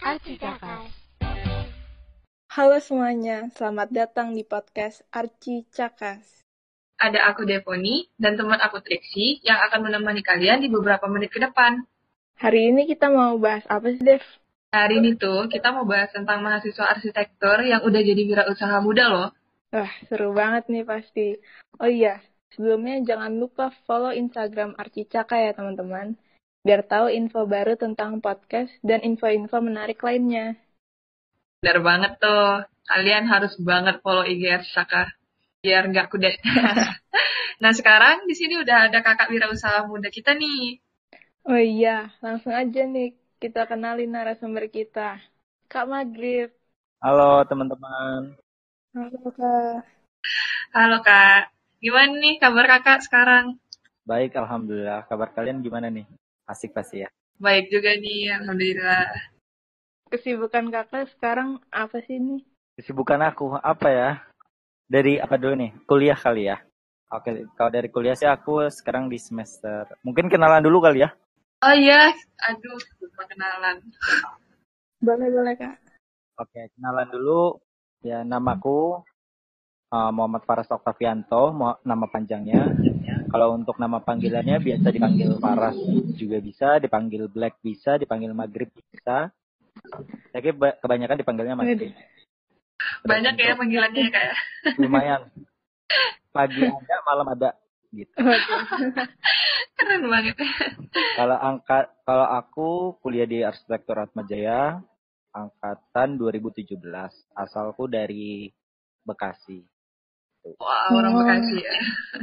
Arci Cakas. Halo semuanya, selamat datang di podcast Arci Cakas. Ada aku Devoni dan teman aku Trixie yang akan menemani kalian di beberapa menit ke depan. Hari ini kita mau bahas apa sih, Dev? Hari ini tuh kita mau bahas tentang mahasiswa arsitektur yang udah jadi wirausaha muda loh. Wah, seru banget nih pasti. Oh iya, sebelumnya jangan lupa follow Instagram Arci Caka ya teman-teman, biar tahu info baru tentang podcast dan info-info menarik lainnya. Bener banget tuh, kalian harus banget follow IG Arci Caka, biar nggak kudet. Nah sekarang di sini udah ada kakak wirausaha muda kita nih. Oh iya, langsung aja nih kita kenalin narasumber kita, Kak Magrib. Halo teman-teman. Halo Kak. Halo Kak, gimana nih kabar kakak sekarang? Baik, alhamdulillah. Kabar kalian gimana nih? Asik pasti ya? Baik juga nih, alhamdulillah. Kesibukan Kakak sekarang apa sih nih? Kesibukan aku apa ya? Dari apa dulu nih? Kuliah kali ya? Oke, kalau dari kuliah sih aku sekarang di semester. Mungkin kenalan dulu kali ya? Oh iya, aduh, lupa kenalan. Boleh Kak. Oke, kenalan dulu. Ya, namaku Muhammad Faras Oktavianto, nama panjangnya. Kalau untuk nama panggilannya biasa dipanggil Faras juga bisa, dipanggil Black bisa, dipanggil Maghrib bisa. Saya kebanyakan dipanggilnya Maghrib. Banyak ya panggilannya ya Kak. Lumayan. Pagi ada, malam ada gitu. Keren banget. Kalau aku kuliah di Arsitektur Atmajaya angkatan 2017. Asalku dari Bekasi. Wah, orang Bekasi ya.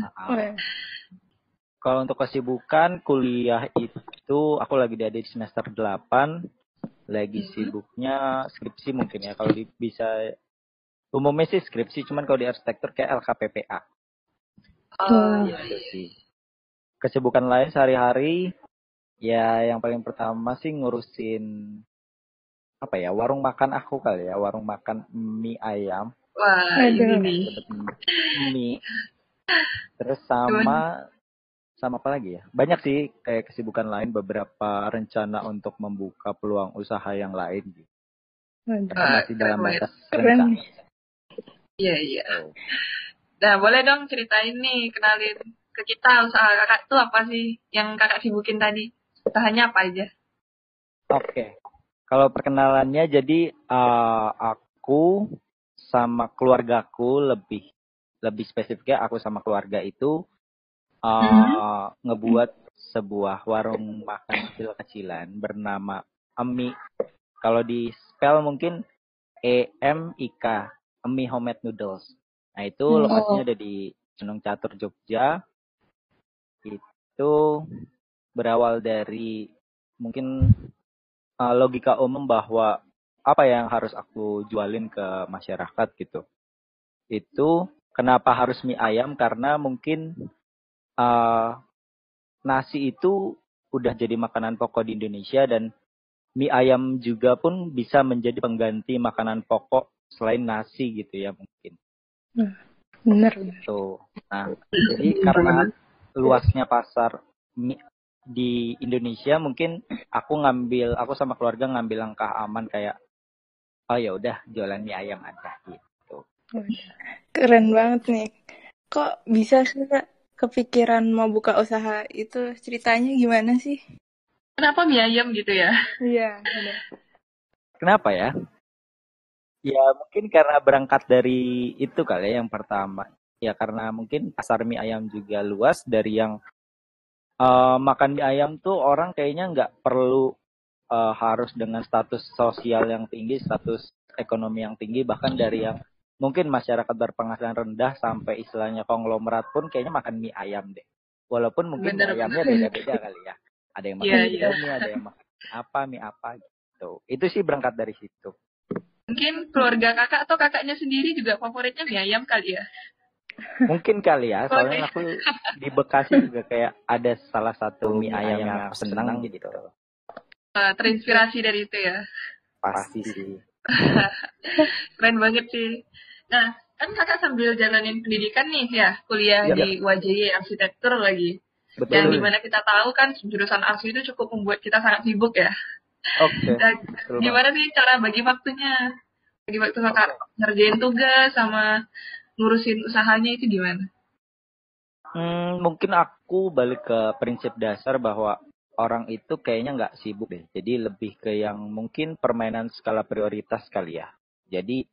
Kalau untuk kesibukan kuliah itu aku lagi ada di semester 8. Lagi sibuknya skripsi mungkin ya. Kalau bisa umumnya sih skripsi, cuman kalau di arsitektur kayak LKPPA. Oh, iya sih. Kesibukan lain sehari-hari ya yang paling pertama sih ngurusin apa ya, warung makan aku kali ya, warung makan mie ayam. Wah, ini nih. Mie. Terus sama apa lagi ya? Banyak sih kayak kesibukan lain, beberapa rencana untuk membuka peluang usaha yang lain gitu. Masih dalam batas rencana. Iya. Nah, boleh dong ceritain nih, kenalin ke kita usaha kakak itu apa sih yang kakak sibukin tadi? Usahanya apa aja? Oke. Kalau perkenalannya jadi aku sama keluargaku lebih spesifiknya aku sama keluarga itu ngebuat sebuah warung makan kecil-kecilan bernama Emi. Kalau di spell mungkin EMIK, Emi Homemade Noodles. Nah itu lokasinya ada di Gunung Catur, Jogja. Itu berawal dari mungkin logika umum bahwa apa yang harus aku jualin ke masyarakat gitu. Itu kenapa harus mie ayam, karena mungkin nasi itu udah jadi makanan pokok di Indonesia dan mie ayam juga pun bisa menjadi pengganti makanan pokok selain nasi gitu ya mungkin. Bener. Gitu. Nah, jadi karena luasnya pasar mie di Indonesia, mungkin aku sama keluarga ngambil langkah aman kayak oh ya udah jualan mie ayam aja gitu. Keren banget nih. Kok bisa sih Kak kepikiran mau buka usaha itu? Ceritanya gimana sih? Kenapa mie ayam gitu ya? Iya, benar. Kenapa ya? Ya mungkin karena berangkat dari itu kali ya yang pertama. Ya karena mungkin pasar mie ayam juga luas, dari yang makan mie ayam tuh orang kayaknya nggak perlu harus dengan status sosial yang tinggi, status ekonomi yang tinggi, bahkan dari yang mungkin masyarakat berpenghasilan rendah sampai istilahnya konglomerat pun kayaknya makan mie ayam deh. Walaupun mungkin mie ayamnya beda-beda kali ya. Ada yang makan mie, ada yang makan mie apa gitu. Itu sih berangkat dari situ. Mungkin keluarga kakak atau kakaknya sendiri juga favoritnya mie ayam kali ya? Mungkin kali ya, soalnya aku di Bekasi juga kayak ada salah satu mie ayam yang aku senang gitu. Terinspirasi dari itu ya? Pasti sih. Keren banget sih. Nah, kan kakak sambil jalanin pendidikan nih ya, kuliah di UAJY Arsitektur lagi. Betul. Yang dimana kita tahu kan jurusan arsi itu cukup membuat kita sangat sibuk ya. Oke. Nah, Betul banget. gimana sih cara bagi waktunya? Bagi waktu kakak ngerjain tugas sama ngurusin usahanya itu gimana? Mungkin aku balik ke prinsip dasar bahwa orang itu kayaknya nggak sibuk deh. Jadi lebih ke yang mungkin permainan skala prioritas kali ya. Jadi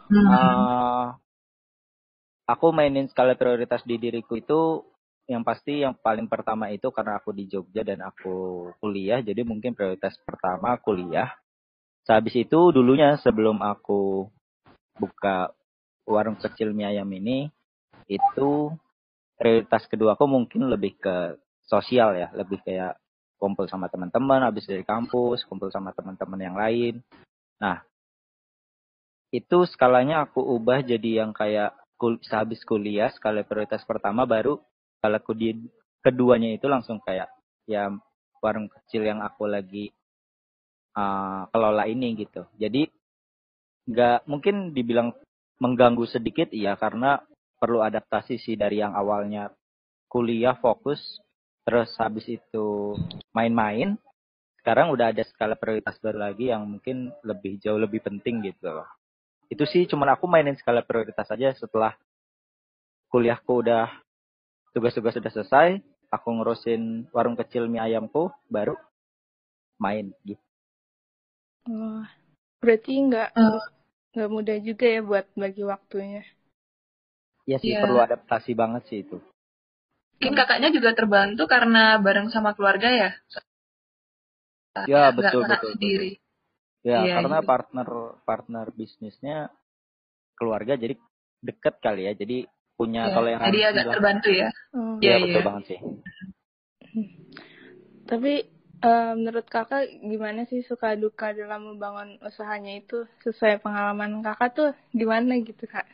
aku mainin skala prioritas di diriku itu yang pasti yang paling pertama itu karena aku di Jogja dan aku kuliah. Jadi mungkin prioritas pertama kuliah. Sehabis itu dulunya sebelum aku buka warung kecil mie ayam ini, itu prioritas kedua aku mungkin lebih ke sosial ya, lebih kayak kumpul sama teman-teman habis dari kampus, kumpul sama teman-teman yang lain. Nah, itu skalanya aku ubah jadi yang kayak sehabis kuliah, skala prioritas pertama baru skala keduanya itu langsung kayak ya warung kecil yang aku lagi kelola ini gitu. Jadi nggak mungkin dibilang mengganggu sedikit iya karena perlu adaptasi sih dari yang awalnya kuliah fokus terus habis itu main-main, sekarang udah ada skala prioritas baru lagi yang mungkin jauh lebih penting gitu loh. Itu sih cuman aku mainin skala prioritas aja setelah kuliahku udah tugas-tugas sudah selesai, aku ngurusin warung kecil mie ayamku baru main gitu. Oh, berarti nggak mudah juga ya buat bagi waktunya. Ya sih Iya. perlu adaptasi banget sih itu. Mungkin kakaknya juga terbantu karena bareng sama keluarga ya? Ya Nggak betul kakak betul sendiri. betul. Ya Iya, karena iya. partner bisnisnya keluarga jadi deket kali ya, jadi punya Iya, jadi toleransi agak lah. terbantu ya. Oh. Iya, Ya iya. betul banget sih. Tapi menurut kakak gimana sih suka duka dalam membangun usahanya itu sesuai pengalaman kakak tuh gimana gitu kak?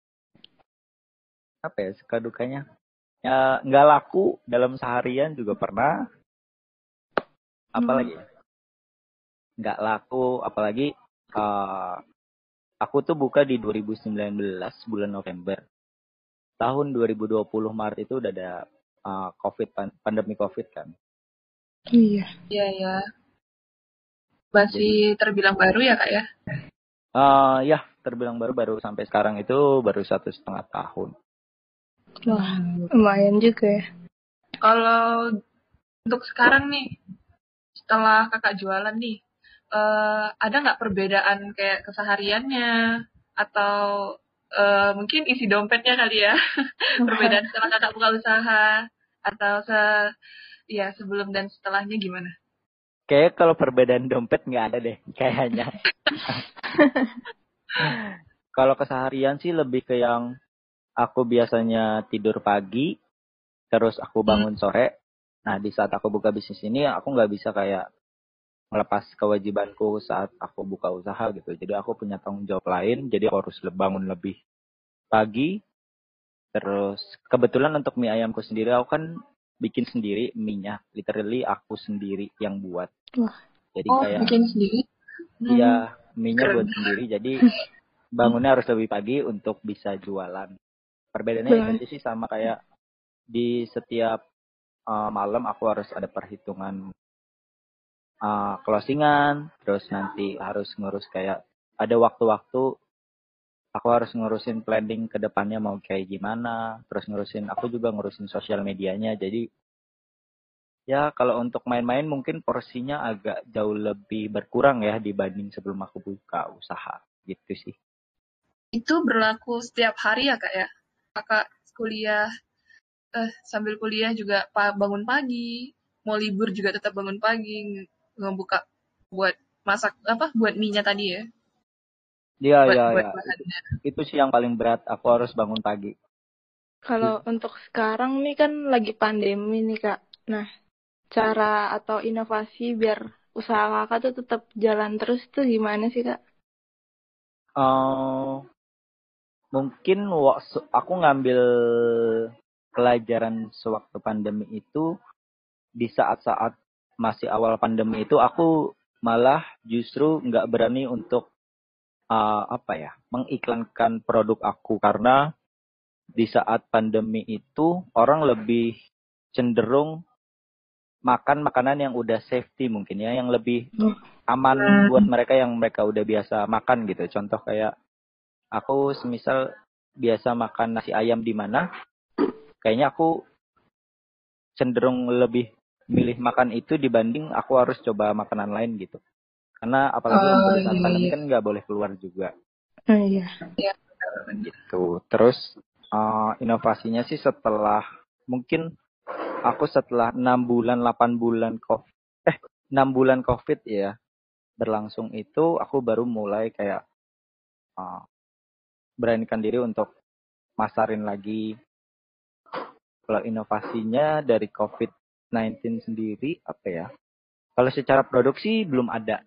Apa ya suka dukanya? Ya nggak laku dalam seharian juga pernah. Apalagi ya? Nggak laku, apalagi aku tuh buka di 2019 bulan November. Tahun 2020 Maret itu udah ada pandemi COVID kan. Iya. Iya, iya. Masih terbilang baru ya kak ya? Ya terbilang baru sampai sekarang itu baru 1,5 tahun. Wah, lumayan juga ya. Kalau untuk sekarang nih, setelah kakak jualan nih, ada nggak perbedaan kayak kesehariannya atau mungkin isi dompetnya kali ya? Perbedaan setelah kakak buka usaha atau sebelum dan setelahnya gimana? Kayak kalau perbedaan dompet nggak ada deh kayaknya. Kalau keseharian sih lebih ke yang aku biasanya tidur pagi, terus aku bangun sore. Nah di saat aku buka bisnis ini aku nggak bisa kayak melepas kewajibanku saat aku buka usaha gitu. Jadi aku punya tanggung jawab lain, jadi aku harus bangun lebih pagi. Terus kebetulan untuk mie ayamku sendiri aku kan bikin sendiri mie-nya, literally aku sendiri yang buat. Wah. Jadi kayak bikin sendiri? iya, mie-nya Keren. buat sendiri. Jadi bangunnya harus lebih pagi untuk bisa jualan. Perbedaannya itu aja sih sama kayak di setiap malam aku harus ada perhitungan closingan, terus nanti harus ngurus kayak ada waktu-waktu aku harus ngurusin planning ke depannya mau kayak gimana, terus aku juga ngurusin sosial medianya. Jadi ya kalau untuk main-main mungkin porsinya agak jauh lebih berkurang ya dibanding sebelum aku buka usaha gitu sih. Itu berlaku setiap hari ya kak ya? Kakak kuliah, sambil kuliah juga bangun pagi, mau libur juga tetap bangun pagi, ngebuka buat masak buat mie-nya tadi ya? Iya, Buat iya, buat iya. bahannya. Itu sih yang paling berat. Aku harus bangun pagi. Kalau untuk sekarang nih kan lagi pandemi nih kak. Nah, cara atau inovasi biar usaha kakak tuh tetap jalan terus tuh gimana sih kak? Mungkin aku ngambil pelajaran sewaktu pandemi itu di saat-saat masih awal pandemi itu aku malah justru nggak berani untuk mengiklankan produk aku karena di saat pandemi itu orang lebih cenderung makan makanan yang udah safety mungkin ya, yang lebih aman buat mereka yang mereka udah biasa makan gitu. Contoh kayak aku semisal biasa makan nasi ayam di mana, kayaknya aku cenderung lebih milih makan itu dibanding aku harus coba makanan lain gitu. Karena apalagi yang pada saat pandemi kan nggak boleh keluar juga. Iya. Iya. Gitu. Terus inovasinya sih setelah mungkin aku setelah 6 bulan 8 bulan 6 bulan COVID ya berlangsung itu aku baru mulai kayak beranikan diri untuk masarin lagi. Kalau inovasinya dari COVID-19 sendiri apa ya? Kalau secara produksi belum ada.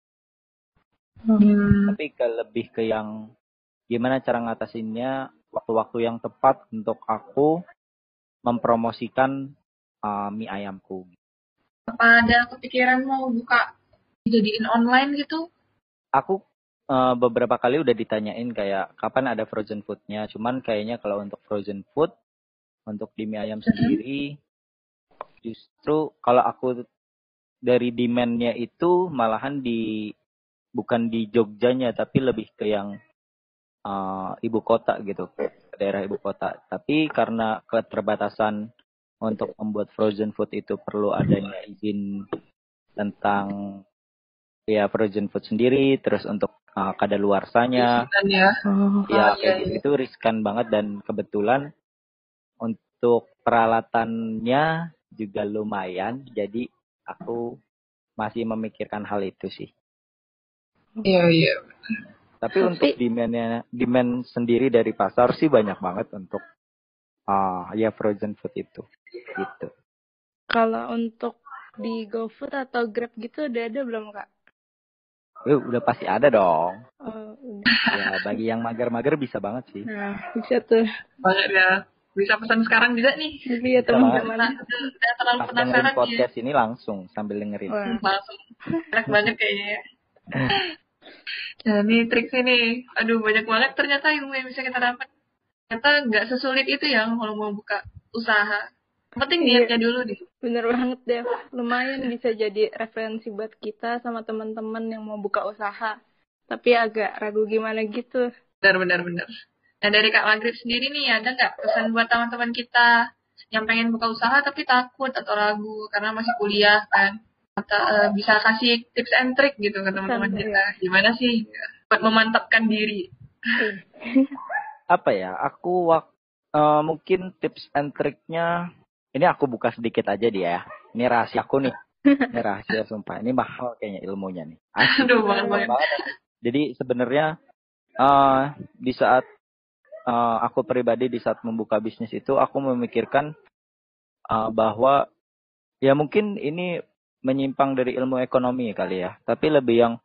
Tapi lebih ke yang gimana cara ngatasinnya, waktu-waktu yang tepat untuk aku mempromosikan mie ayamku. Apa ada kepikiran mau buka jadiin online gitu? Aku beberapa kali udah ditanyain kayak kapan ada frozen foodnya. Cuman kayaknya kalau untuk frozen food, untuk di mie ayam sendiri, justru kalau aku dari demand-nya itu malahan bukan di Jogjanya, tapi lebih ke yang ibu kota gitu, daerah ibu kota. Tapi karena keterbatasan untuk membuat frozen food itu perlu adanya izin tentang ya frozen food sendiri, terus untuk kadaluarsanya, ya kayak gitu itu riskan banget dan kebetulan untuk peralatannya juga lumayan, jadi aku masih memikirkan hal itu sih. Iya. Tapi untuk demand sendiri dari pasar sih banyak banget untuk ya frozen food itu gitu. Kalau untuk di GoFood atau Grab gitu udah ada belum, Kak? Udah pasti ada dong. Udah. Ya bagi yang mager-mager bisa banget sih. Nah, bisa tuh. Banget ya. Bisa pesan sekarang juga nih. Iya, teman-teman. Udah terlalu Pas penasaran dengerin podcast ini langsung sambil dengerin. Langsung. Enak banget kayaknya. Nah, ini trik ini. Aduh, banyak banget ternyata ilmu yang bisa kita dapat. Ternyata nggak sesulit itu ya kalau mau buka usaha. Yang penting niatnya dulu nih. Bener banget, Dev. Lumayan bisa jadi referensi buat kita sama teman-teman yang mau buka usaha. Tapi agak ragu gimana gitu. Benar. Nah, dari Kak Maghrib sendiri nih, ada nggak pesan buat teman-teman kita yang pengen buka usaha tapi takut atau ragu karena masih kuliah kan? Atau bisa kasih tips and trick gitu ke teman-teman kita. Gimana sih buat memantapkan diri? Apa ya? Aku mungkin tips and tricknya ini aku buka sedikit aja dia ya. Ini rahasia aku nih. Ini rahasia sumpah. Ini mahal kayaknya ilmunya nih. Aduh, banget. Jadi sebenarnya di saat aku pribadi di saat membuka bisnis itu aku memikirkan bahwa ya mungkin ini menyimpang dari ilmu ekonomi kali ya, tapi lebih yang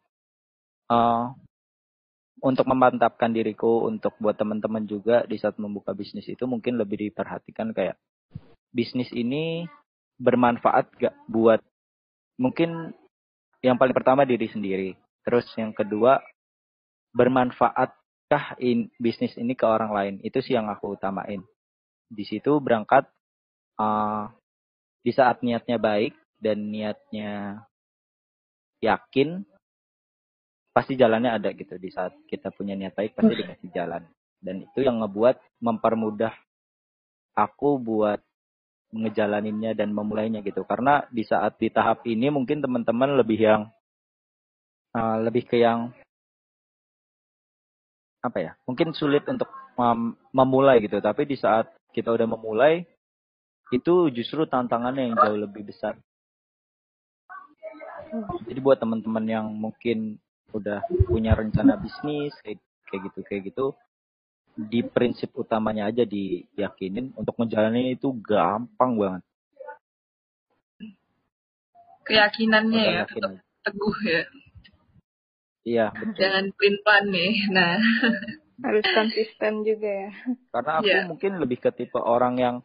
untuk memantapkan diriku untuk buat teman-teman juga di saat membuka bisnis itu mungkin lebih diperhatikan kayak bisnis ini bermanfaat gak buat mungkin yang paling pertama diri sendiri, terus yang kedua bermanfaatkah bisnis ini ke orang lain, itu sih yang aku utamain. Di situ berangkat di saat niatnya baik dan niatnya yakin, pasti jalannya ada gitu. Di saat kita punya niat baik pasti dikasih jalan. Dan itu yang ngebuat mempermudah aku buat ngejalaninnya dan memulainya gitu. Karena di saat di tahap ini mungkin teman-teman lebih yang lebih ke yang apa ya? Mungkin sulit untuk memulai gitu. Tapi di saat kita udah memulai, itu justru tantangannya yang jauh lebih besar. Jadi buat teman-teman yang mungkin udah punya rencana bisnis kayak gitu, di prinsip utamanya aja diyakinin untuk menjalani itu gampang banget. Keyakinannya ya, tetap teguh ya. Iya, betul. Jangan pelin-pelan nih. Nah, harus konsisten juga ya. Karena aku mungkin lebih ke tipe orang yang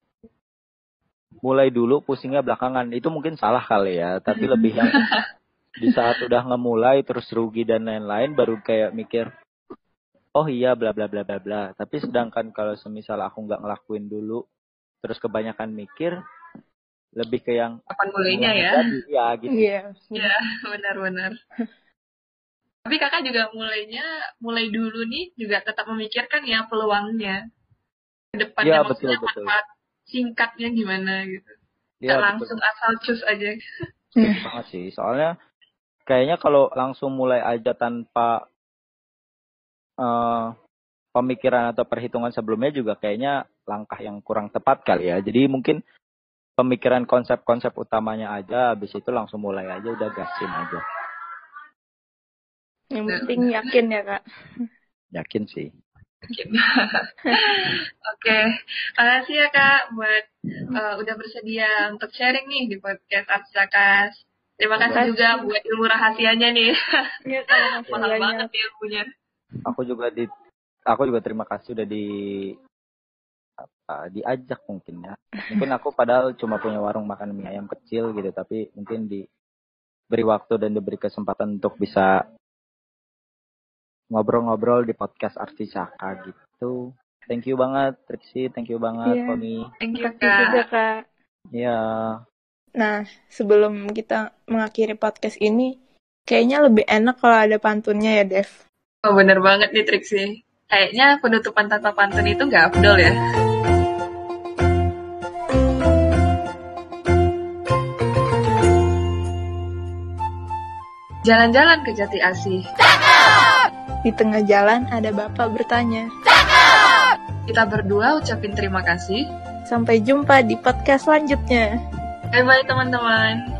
mulai dulu pusingnya belakangan. Itu mungkin salah kali ya, tapi lebih yang di saat udah ngemulai terus rugi dan lain-lain baru kayak mikir, oh iya bla bla bla bla bla. Tapi sedangkan kalau semisal aku nggak ngelakuin dulu terus kebanyakan mikir, lebih ke yang Kapan mulainya ya? Ya gitu. Iya. Ya, benar-benar. Tapi kakak juga mulai dulu nih juga tetap memikirkan ya peluangnya. Kedepannya Iya, maksudnya betul. manfaat singkatnya gimana gitu. Iya, Nggak langsung asal cus aja. Setuju banget sih. Soalnya kayaknya kalau langsung mulai aja tanpa pemikiran atau perhitungan sebelumnya juga kayaknya langkah yang kurang tepat kali ya. Jadi mungkin pemikiran konsep-konsep utamanya aja, habis itu langsung mulai aja, udah gasin aja. Yang penting yakin ya Kak. Yakin sih. Oke, makasih ya Kak buat udah bersedia untuk sharing nih di podcast Articakas. Terima kasih juga buat ilmu rahasianya nih. Iya Kak, Mahal banget ilmunya. Aku juga terima kasih udah diajak mungkin ya. Mungkin aku padahal cuma punya warung makan mie ayam kecil gitu, tapi mungkin diberi waktu dan diberi kesempatan untuk bisa ngobrol-ngobrol di podcast Articaka gitu. Thank you banget Trixie, thank you banget Poni. Thank you Terima kasih juga Kak. Iya. Nah, sebelum kita mengakhiri podcast ini, kayaknya lebih enak kalau ada pantunnya ya, Dev. Oh, bener banget nih Trixie. Kayaknya penutupan tanpa pantun itu nggak afdol ya. Jalan-jalan ke Jati Asih. Di tengah jalan ada bapak bertanya. Kita berdua ucapin terima kasih. Sampai jumpa di podcast selanjutnya. Bye-bye teman-teman.